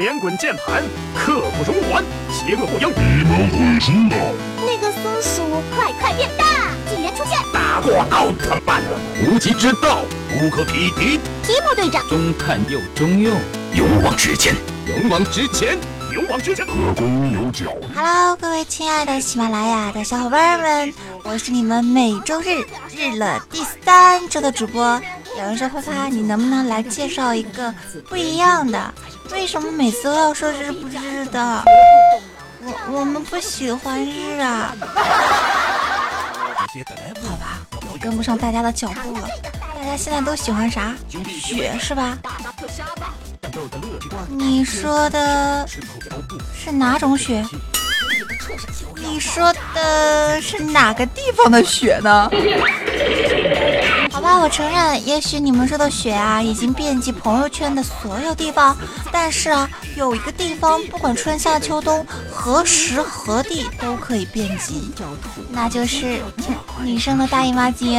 连滚键盘，刻不容缓，邪恶不应，你们会知道。 那个松鼠快变大，竟然出现大过奥特曼，无极之道，不可匹敌。 提姆队长， 中看又中用， 勇往直前，勇往直前，勇往直前， 可攻有角。 Hello， 各位亲爱的喜马拉雅的小伙伴们，我是你们每周日了第3周的主播。有人说花花，你能不能来介绍一个不一样的？为什么每次都要说日不日的？我们不喜欢日啊。好吧，我跟不上大家的脚步了。大家现在都喜欢啥？雪是吧？你说的是哪种雪？你说的是哪个地方的雪呢？好吧，我承认，也许你们说的雪啊，已经遍及朋友圈的所有地方，但是啊，有一个地方，不管春夏秋冬，何时何地都可以遍及，那就是女生的大姨妈巾。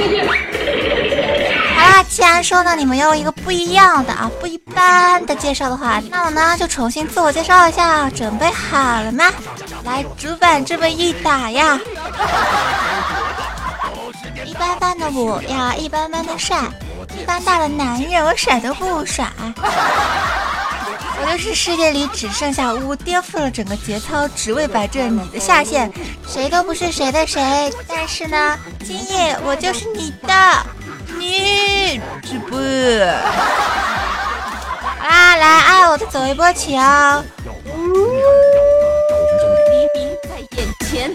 好啦，既然说呢，你们要一个不一样的啊，不一般的介绍的话，那我呢就重新自我介绍一下，准备好了吗？来，主板这么一打呀！一般般的我要一般般的帅，一般大的男人我甩都不甩。我就是世界里只剩下我颠覆了整个节操，只为摆正你的下限，谁都不是谁的谁。但是呢，今夜我就是你的女主播。好啦，来爱我的走一波起哦！ 黎明在眼前。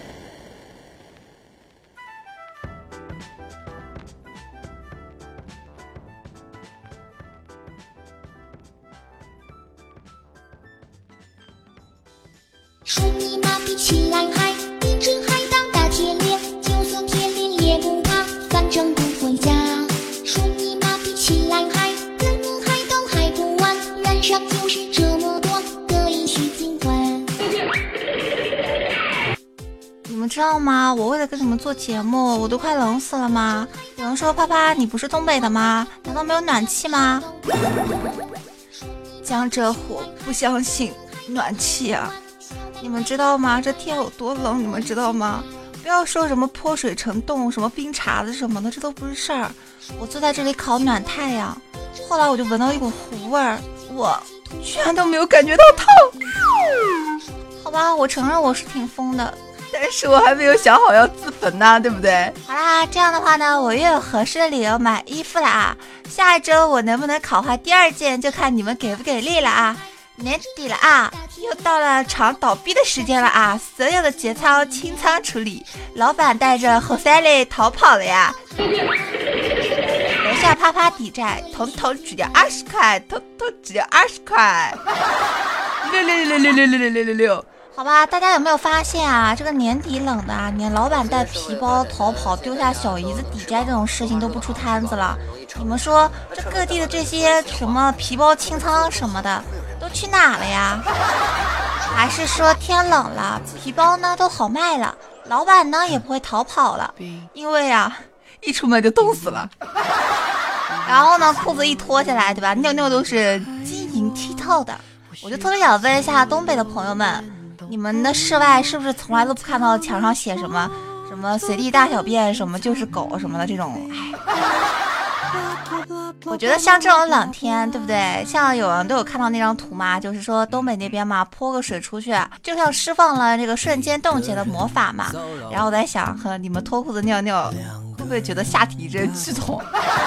说你妈比起来还一只海盗大铁链，就算铁链也不怕，反正不回家。说你妈比起来还跟我海斗还不完，染上就是这么多的一须金环。 你们知道吗？我为了跟你们做节目，我都快冷死了吗？有人说啪啪，你不是东北的吗？难道没有暖气吗？江浙沪不相信暖气啊！你们知道吗？这天有多冷，你们知道吗？不要说什么泼水成冻，什么冰碴子什么的，这都不是事儿。我坐在这里烤暖太阳，后来我就闻到一股糊味儿，我居然都没有感觉到烫。好吧，我承认我是挺疯的，但是我还没有想好要自焚呢，对不对？好啦，这样的话呢，我又有合适的理由买衣服了啊。下一周我能不能烤坏第2件，就看你们给不给力了啊。年底了啊，又到了厂倒闭的时间了啊！所有的节操清仓处理，老板带着后三类逃跑了呀！楼下啪啪抵债，统统只要20块，统统只要20块，6。好吧，大家有没有发现啊？这个年底冷的啊，连老板带皮包逃跑、丢下小姨子抵债这种事情都不出摊子了。你们说，这各地的这些什么皮包清仓什么的，都去哪了呀？还是说天冷了，皮包呢都好卖了，老板呢也不会逃跑了，因为啊，一出门就冻死了。然后呢，裤子一脱下来，对吧？尿尿都是晶莹剔透的。我就特别想问一下东北的朋友们，你们的室外是不是从来都不看到墙上写什么随地大小便，什么就是狗什么的这种？我觉得像这种冷天，对不对？像有人都有看到那张图嘛，就是说东北那边嘛，泼个水出去，就像释放了这个瞬间冻结的魔法嘛。然后我在想，和你们脱裤子尿尿，会不会觉得下体一阵剧痛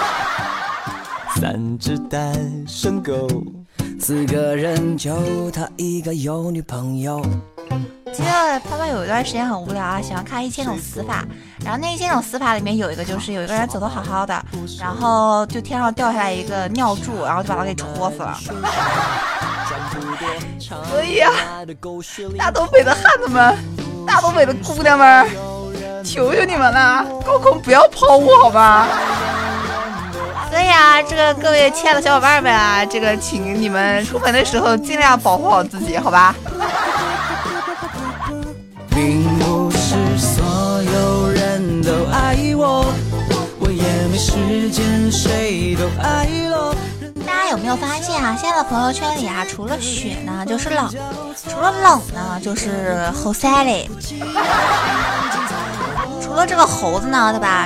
？3只单身狗，4个人就他一个有女朋友。 记得泡泡有一段时间很无聊啊，喜欢看1000种死法，然后那1000种死法里面有一个就是有一个人走得好好的，然后就天上掉下来一个尿柱，然后就把他给戳死了。所以啊，大东北的汉子们，大东北的姑娘们，求求你们了，高空不要抛物好吧？所以啊，这个各位亲爱的小伙伴们啊，这个请你们出门的时候尽量保护好自己，好吧？ 并不是所有人都爱我，我也没时间谁都爱了。 大家有没有没有发现啊，现在的朋友圈里啊，除了雪呢就是冷，除了冷呢就是猴塞嘞，除了这个猴子呢，对吧？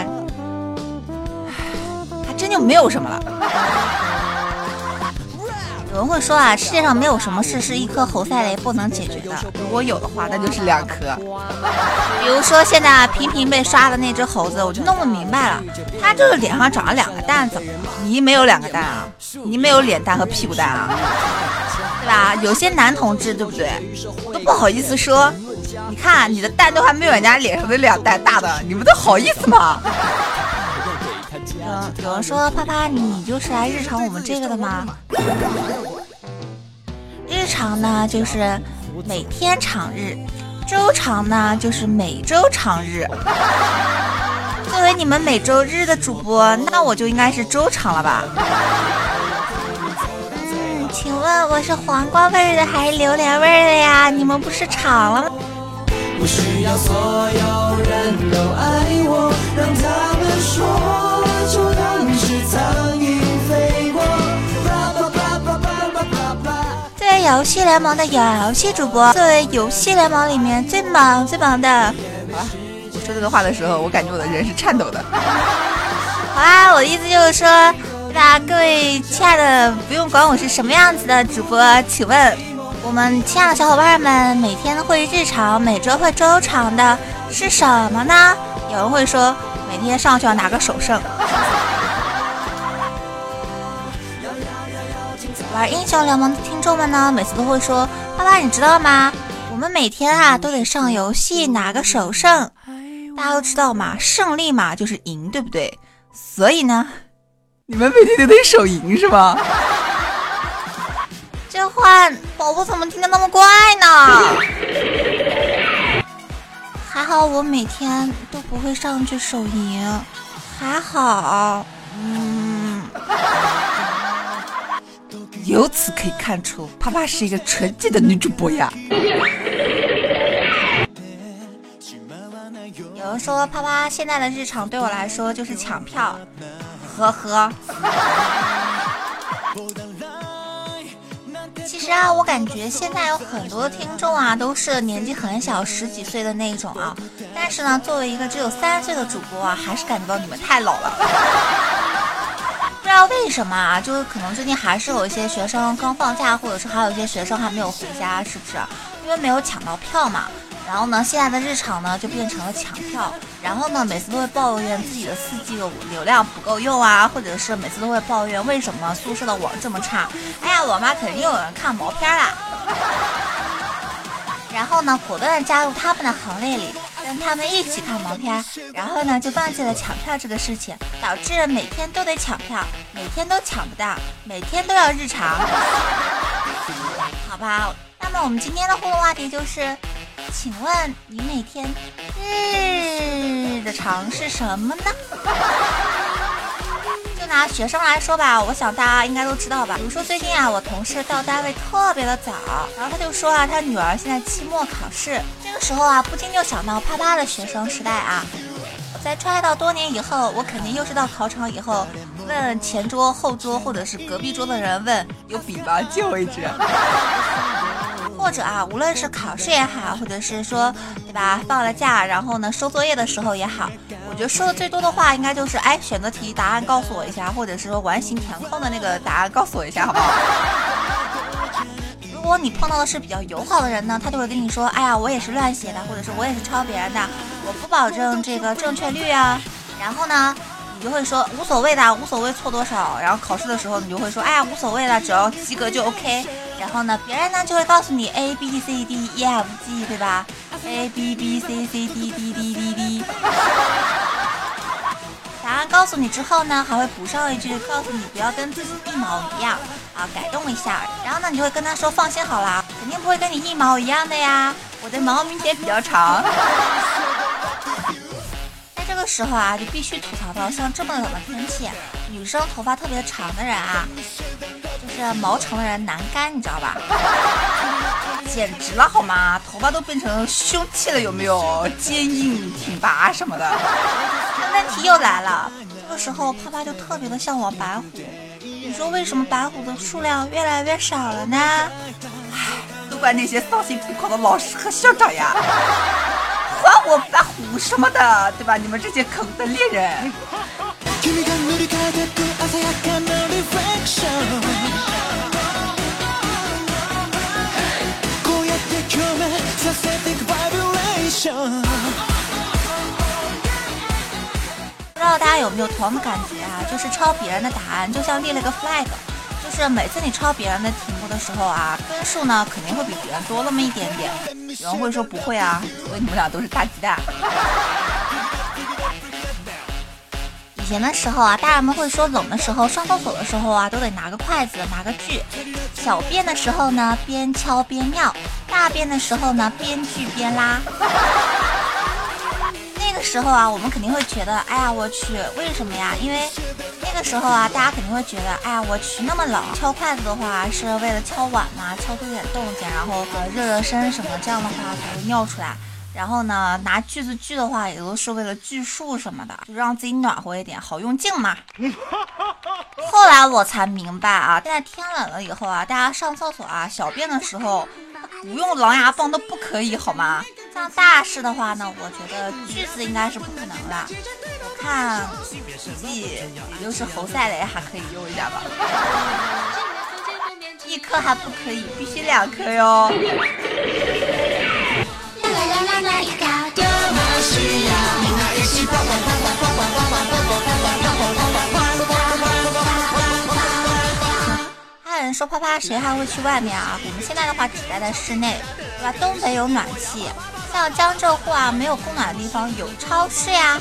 还真就没有什么了。有人会说啊，世界上没有什么事是一颗猴赛雷不能解决的，如果有的话，那就是2颗。比如说现在啊，频频被刷的那只猴子，我就弄不明白了，它就是脸上长了2个蛋，怎么了？你没有2个蛋啊？你没有脸蛋和屁股蛋啊？对吧？有些男同志，对不对？都不好意思说，你看你的蛋都还没有人家脸上的2蛋大的，你们都好意思吗？有人说啪啪，你就是来日常我们这个的吗？日常呢就是每天常日，周常呢就是每周常日。作为你们每周日的主播，那我就应该是周常了吧？请问我是黄瓜味的还是榴莲味的呀？你们不是尝了吗？ 不需要所有人都爱我，让他们说就当是苍蝇飞过。 作为游戏联盟的游戏主播，作为游戏联盟里面最忙的，好吧，我说这个话的时候，我感觉我的人是颤抖的。好啦，我的意思就是说，对吧？各位亲爱的，不用管我是什么样子的主播，请问我们亲爱的小伙伴们，每天会日常，每周会周长的是什么呢？有人会说，每天上去要拿个首胜。玩英雄联盟的听众们呢，每次都会说，爸爸你知道吗？我们每天啊都得上游戏拿个首胜。大家都知道嘛，胜利嘛就是赢，对不对？所以呢，你们每天都得手赢是吗？这话宝宝怎么听得那么怪呢？还好我每天都不会上去手赢，还好。由此可以看出，啪啪是一个纯洁的女主播呀。有人说啪啪现在的日常对我来说就是抢票，呵呵。其实啊，我感觉现在有很多听众啊，都是年纪很小，10几岁的那种啊。但是呢，作为一个只有3岁的主播啊，还是感觉到你们太老了。不知道为什么啊，就是可能最近还是有一些学生刚放假，或者是还有一些学生还没有回家，是不是？因为没有抢到票嘛。然后呢，现在的日常呢就变成了抢票，然后呢每次都会抱怨自己的4G 流量不够用啊，或者是每次都会抱怨为什么宿舍的网这么差。哎呀，我妈肯定有人看毛片啦。然后呢，果断的加入他们的行列里，跟他们一起看毛片，然后呢就忘记了抢票这个事情，导致每天都得抢票，每天都抢不到，每天都要日常。好吧，那么我们今天的互动话题就是，请问你每天日的常是什么呢？就拿学生来说吧，我想大家应该都知道吧。比如说最近啊，我同事到单位特别的早，然后他就说啊，他女儿现在期末考试，这个时候啊，不禁就想到啪啪的学生时代啊。在穿越到多年以后，我肯定又是到考场以后，问前桌、后桌或者是隔壁桌的人问有笔吗？借我一支。或者啊，无论是考试也好，或者是说，对吧，放了假，然后呢收作业的时候也好，我觉得说的最多的话应该就是，哎，选择题答案告诉我一下，或者是说完形填空的那个答案告诉我一下，好不好？如果你碰到的是比较友好的人呢，他就会跟你说，哎呀，我也是乱写的，或者是我也是抄别人的，我不保证这个正确率啊。然后呢，你就会说无所谓的，无所谓错多少。然后考试的时候，你就会说，哎呀，无所谓的，只要及格就 OK。然后呢，别人呢就会告诉你 A B C D E F G， 对吧 ？A B B C C D D D D D。答案告诉你之后呢，还会补上一句，告诉你不要跟自己一毛一样啊，改动一下。然后呢，你就会跟他说，放心好啦，肯定不会跟你一毛一样的呀，我的毛明显比较长。这个时候啊，就必须吐槽到像这么冷的天气，女生头发特别长的人啊，就是毛长的人难干，你知道吧？简直了好吗？头发都变成凶器了，有没有？坚硬挺拔什么的。但问题又来了，这个时候啪啪就特别的像我白虎。你说为什么白虎的数量越来越少了呢？唉，都怪那些丧心病狂的老师和校长呀！还我白虎什么的，对吧？你们这些坑的猎人。不知道大家有没有同样的感觉啊？就是抄别人的答案，就像立了个 flag， 就是每次你抄别人的题目的时候啊，分数呢肯定会比别人多那么一点点。有人会说不会啊，因为你们俩都是大鸡蛋。以前的时候啊，大人们会说冷的时候上厕所的时候啊，都得拿个筷子拿个锯，小便的时候呢边敲边尿，大便的时候呢边锯边拉。那个时候啊，我们肯定会觉得，哎呀我去，为什么呀？因为那个时候啊，大家肯定会觉得，哎呀我去，那么冷，敲筷子的话是为了敲碗嘛，敲出点动静，然后热热身什么，这样的话才会尿出来。然后呢，拿锯子锯的话，也都是为了锯树什么的，就让自己暖和一点，好用劲嘛。后来我才明白啊，现在天冷了以后啊，大家上厕所啊、小便的时候，不用狼牙棒都不可以，好吗？像大事的话呢，我觉得锯子应该是不可能的。我看估计也就是侯赛雷还可以用一下吧。一颗还不可以，必须2颗哟。还有人说啪啪，谁还会去外面啊？我们现在的话只待在室内，对吧？东北有暖气，像江浙沪啊没有供暖的地方有超市呀。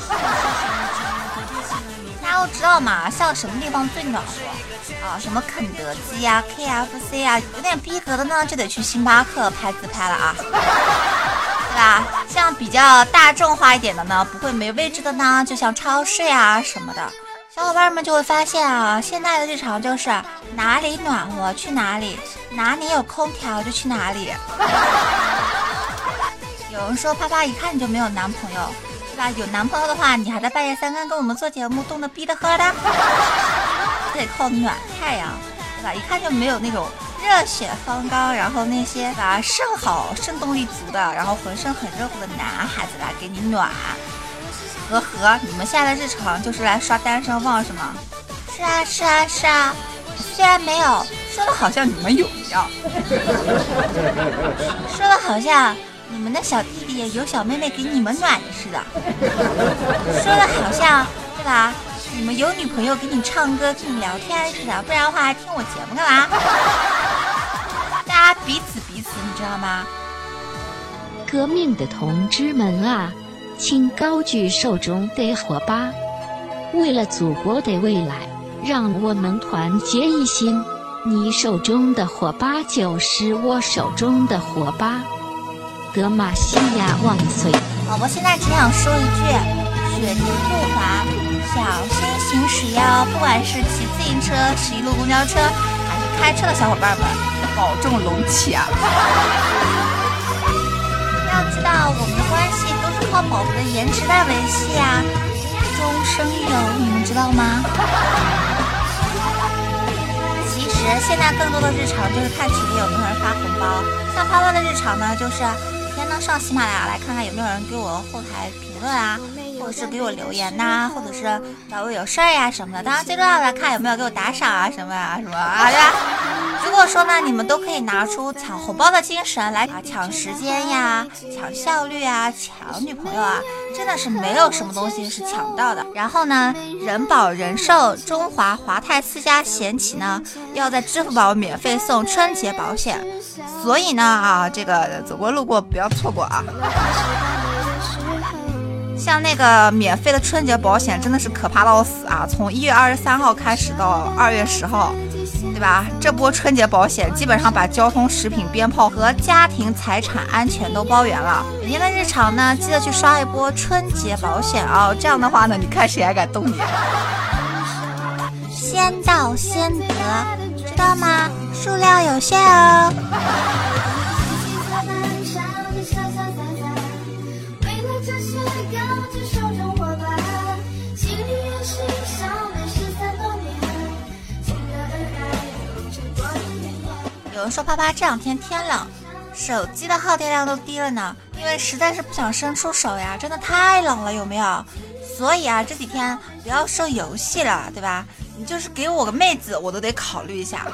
大家都知道嘛，像什么地方最暖和啊？什么肯德基呀、KFC 啊，有点逼格的呢就得去星巴克拍自拍了啊。对吧？像比较大众化一点的呢，不会没位置的呢，就像超市呀什么的。小伙伴们就会发现啊，现在的日常就是哪里暖和去哪里，哪里有空调就去哪里。有人说啪啪一看你就没有男朋友，对吧？有男朋友的话，你还在半夜3更跟我们做节目，冻得逼得喝的，得靠暖太阳，对吧？一看就没有那种热血方刚，然后那些吧肾动力足的，然后浑身很热乎的男孩子来给你暖。呵，你们现在的日常就是来刷单身旺是吗？是啊，虽然没有，说的好像你们有一样，说的好像你们的小弟弟有小妹妹给你们暖似的，说的好像对吧？你们有女朋友给你唱歌跟你聊天似的，不然的话还听我节目干嘛？大家彼此，你知道吗？ 革命的同志们啊，请高举手中的火把，为了祖国的未来，让我们团结一心。你手中的火把就是我手中的火把。德玛西亚万岁！ 我现在只想说一句：雪地路滑，小心行驶哟！不管是骑自行车、骑路公交车，还是开车的小伙伴们，保重龙气啊！要知道，我们的关系都是靠宝宝的颜值在维系啊，终生有，你们知道吗？其实现在更多的日常就是看群里有没有人发红包，像啪啪的日常呢，就是每天呢上喜马拉雅来看看有没有人给我后台评论啊，或者是给我留言呐、或者是找我有事儿呀什么的。当然最重要的看有没有给我打赏啊什么啊，对吧？如果说呢，你们都可以拿出抢红包的精神来抢时间呀、抢效率啊、抢女朋友啊，真的是没有什么东西是抢到的。然后呢，人保人寿中华华泰4家险企呢，要在支付宝免费送春节保险，所以呢这个走过路过不要错过啊。像那个免费的春节保险真的是可怕到死啊！从1月23号开始到2月10号，对吧？这波春节保险基本上把交通、食品、鞭炮和家庭财产安全都包圆了。每天的日常呢，记得去刷一波春节保险啊！这样的话呢，你看谁还敢动你？先到先得，知道吗？数量有限哦。 人说啪啪这2天天冷，手机的耗电量都低了呢，因为实在是不想伸出手呀，真的太冷了，有没有？所以啊，这几天不要说游戏了，对吧？你就是给我个妹子，我都得考虑一下。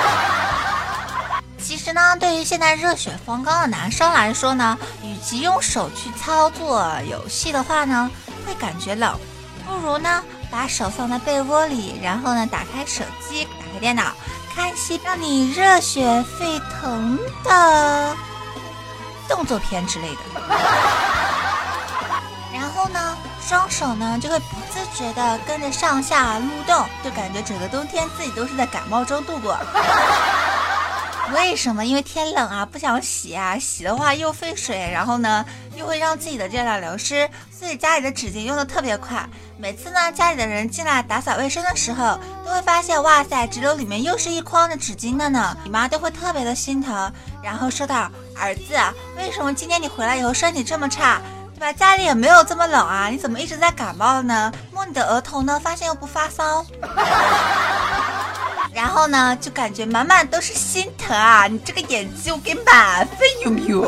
其实呢，对于现在热血风高的男生来说呢，与其用手去操作游戏的话呢，会感觉冷，不如呢把手放在被窝里，然后呢打开手机，打开电脑，看些让你热血沸腾的动作片之类的。然后呢，双手呢就会不自觉的跟着上下撸动，就感觉整个冬天自己都是在感冒中度过。为什么？因为天冷啊，不想洗啊，洗的话又费水，然后呢又会让自己的热量流失，所以家里的纸巾用的特别快。每次呢家里的人进来打扫卫生的时候，都会发现哇塞，纸篓里面又是一筐的纸巾的呢，你妈都会特别的心疼，然后说道：儿子，为什么今天你回来以后身体这么差，对吧？家里也没有这么冷啊，你怎么一直在感冒呢？摸你的额头呢，发现又不发烧。然后呢，就感觉满满都是心疼啊！你这个演技我给满分，有没有？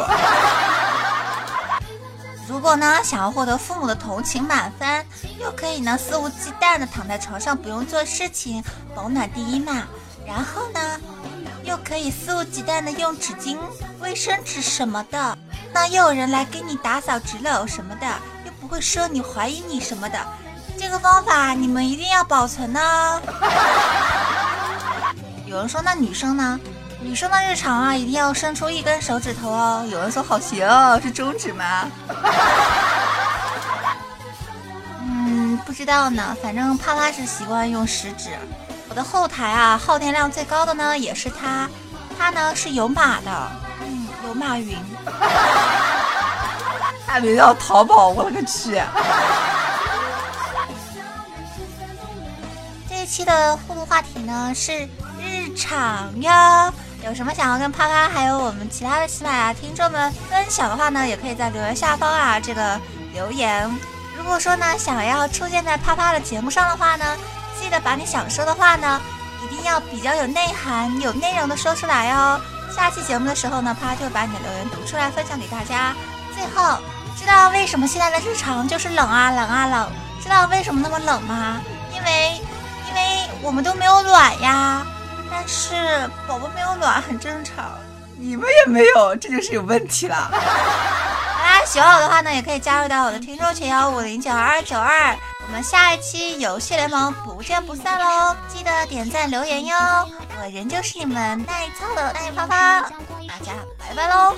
如果呢想要获得父母的同情满分，又可以呢肆无忌惮的躺在床上不用做事情，保暖第一嘛。然后呢，又可以肆无忌惮的用纸巾、卫生纸什么的，那又有人来给你打扫纸篓什么的，又不会说你怀疑你什么的。这个方法你们一定要保存呢。有人说那女生呢？女生的日常啊，一定要伸出1根手指头哦。有人说好邪哦，是中指吗？不知道呢，反正啪啪是习惯用食指。我的后台啊，耗电量最高的呢也是它，它呢是有码的，有马云。还没到淘宝，我勒个去！这一期的互动话题呢是日常哟，有什么想要跟啪啪还有我们其他的喜马拉雅听众们分享的话呢，也可以在留言下方啊这个留言。如果说呢想要出现在啪啪的节目上的话呢，记得把你想说的话呢一定要比较有内涵有内容的说出来哦。下期节目的时候呢，啪就把你的留言读出来分享给大家。最后，知道为什么现在的日常就是冷啊冷啊冷？知道为什么那么冷吗？因为我们都没有卵呀。但是宝宝没有卵很正常，你们也没有，这就是有问题了。好啦，喜欢我的话呢，也可以加入到我的听众群1509292。我们下一期游戏联盟不见不散喽！记得点赞留言哟，我仍旧是你们耐操的耐啪啪，大家拜拜喽！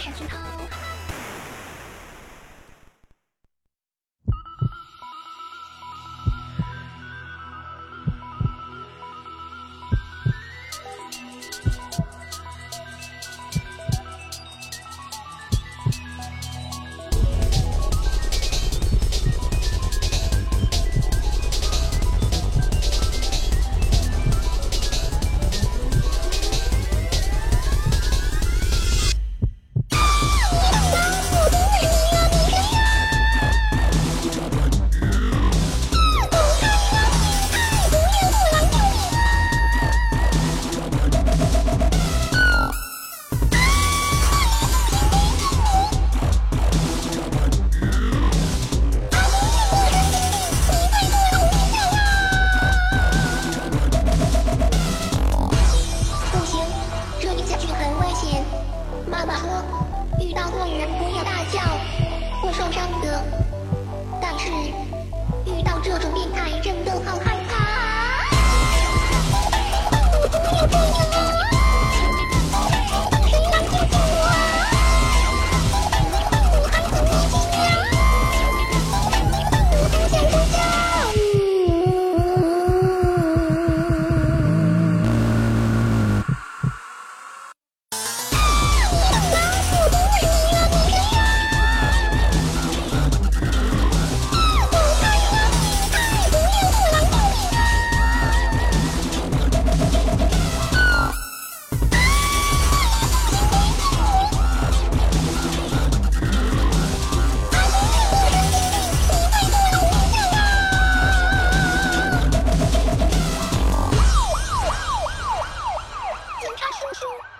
警察叔叔。